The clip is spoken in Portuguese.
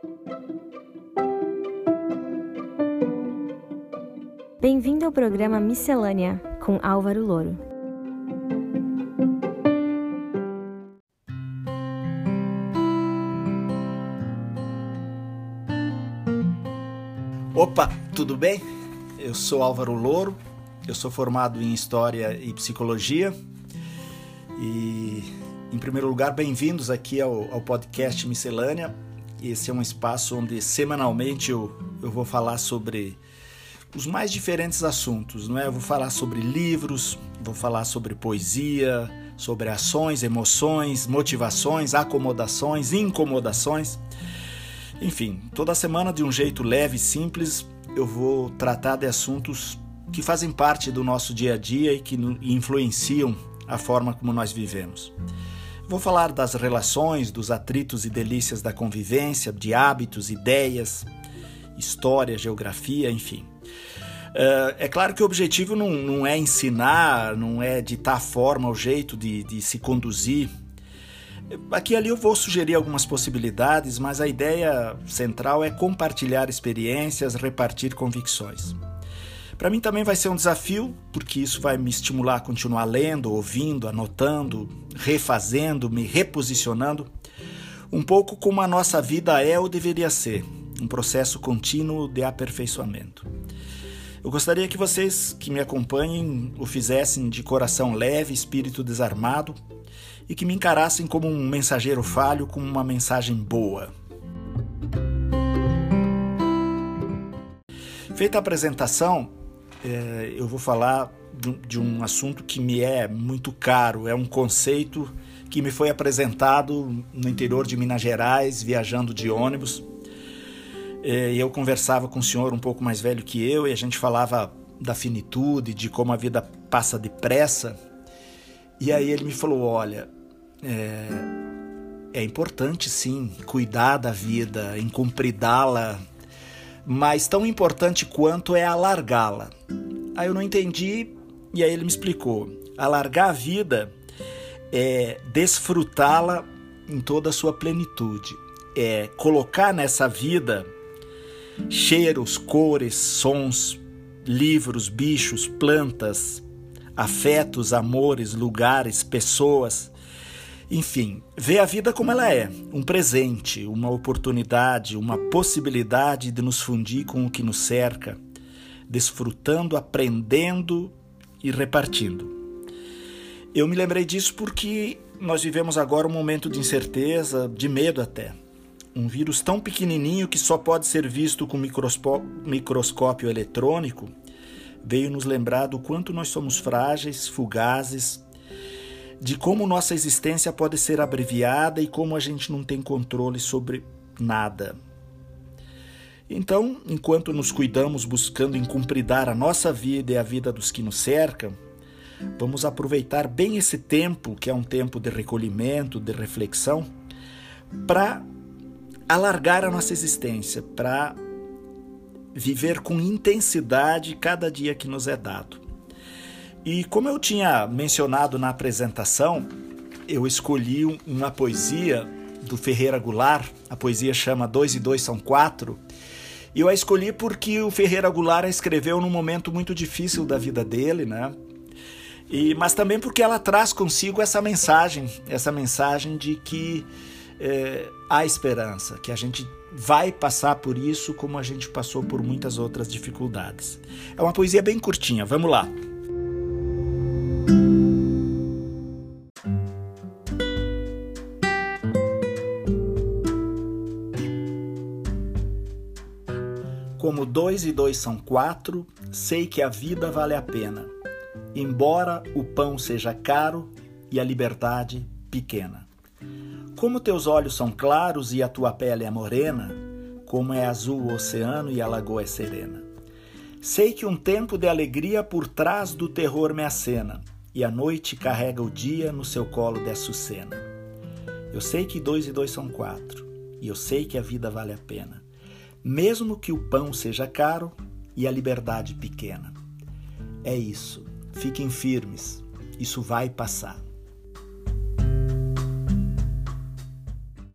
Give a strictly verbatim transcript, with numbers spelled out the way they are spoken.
Bem-vindo ao programa Miscelânea, com Álvaro Louro. Opa, tudo bem? Eu sou Álvaro Louro, eu sou formado em História e Psicologia e, em primeiro lugar, bem-vindos aqui ao, ao podcast Miscelânea. Esse é um espaço onde semanalmente eu, eu vou falar sobre os mais diferentes assuntos, não é? Eu vou falar sobre livros, vou falar sobre poesia, sobre ações, emoções, motivações, acomodações, incomodações. Enfim, toda semana de um jeito leve e simples eu vou tratar de assuntos que fazem parte do nosso dia a dia e que influenciam a forma como nós vivemos. Vou falar das relações, dos atritos e delícias da convivência, de hábitos, ideias, história, geografia, enfim. Uh, é claro que o objetivo não, não é ensinar, não é ditar a forma, o jeito de, de se conduzir. Aqui e ali eu vou sugerir algumas possibilidades, mas a ideia central é compartilhar experiências, repartir convicções. Para mim também vai ser um desafio, porque isso vai me estimular a continuar lendo, ouvindo, anotando, refazendo, me reposicionando, um pouco como a nossa vida é ou deveria ser, um processo contínuo de aperfeiçoamento. Eu gostaria que vocês que me acompanhem o fizessem de coração leve, espírito desarmado e que me encarassem como um mensageiro falho com uma mensagem boa. Feita a apresentação, é, eu vou falar de, de um assunto que me é muito caro, é um conceito que me foi apresentado no interior de Minas Gerais, viajando de ônibus. E eu conversava com um senhor um pouco mais velho que eu e a gente falava da finitude, de como a vida passa depressa. E aí ele me falou, olha, é, é importante sim cuidar da vida, encompridá-la, mas tão importante quanto é alargá-la. Aí eu não entendi e aí ele me explicou. Alargar a vida é desfrutá-la em toda a sua plenitude, é colocar nessa vida cheiros, cores, sons, livros, bichos, plantas, afetos, amores, lugares, pessoas, enfim, ver a vida como ela é, um presente, uma oportunidade, uma possibilidade de nos fundir com o que nos cerca, desfrutando, aprendendo e repartindo. Eu me lembrei disso porque nós vivemos agora um momento de incerteza, de medo até. Um vírus tão pequenininho que só pode ser visto com microscópio eletrônico veio nos lembrar do quanto nós somos frágeis, fugazes, de como nossa existência pode ser abreviada e como a gente não tem controle sobre nada. Então, enquanto nos cuidamos buscando encumpridar a nossa vida e a vida dos que nos cercam, vamos aproveitar bem esse tempo, que é um tempo de recolhimento, de reflexão, para alargar a nossa existência, para viver com intensidade cada dia que nos é dado. E como eu tinha mencionado na apresentação, eu escolhi uma poesia do Ferreira Goulart, a poesia chama Dois e Dois São Quatro, e eu a escolhi porque o Ferreira Goulart a escreveu num momento muito difícil da vida dele, né? E, mas também porque ela traz consigo essa mensagem, essa mensagem de que É, há esperança, que a gente vai passar por isso como a gente passou por muitas outras dificuldades. É uma poesia bem curtinha, vamos lá. Como dois e dois são quatro, sei que a vida vale a pena, embora o pão seja caro e a liberdade pequena. Como teus olhos são claros e a tua pele é morena, como é azul o oceano e a lagoa é serena. Sei que um tempo de alegria por trás do terror me acena, e a noite carrega o dia no seu colo de açucena. Eu sei que dois e dois são quatro, e eu sei que a vida vale a pena, mesmo que o pão seja caro e a liberdade pequena. É isso, fiquem firmes, isso vai passar.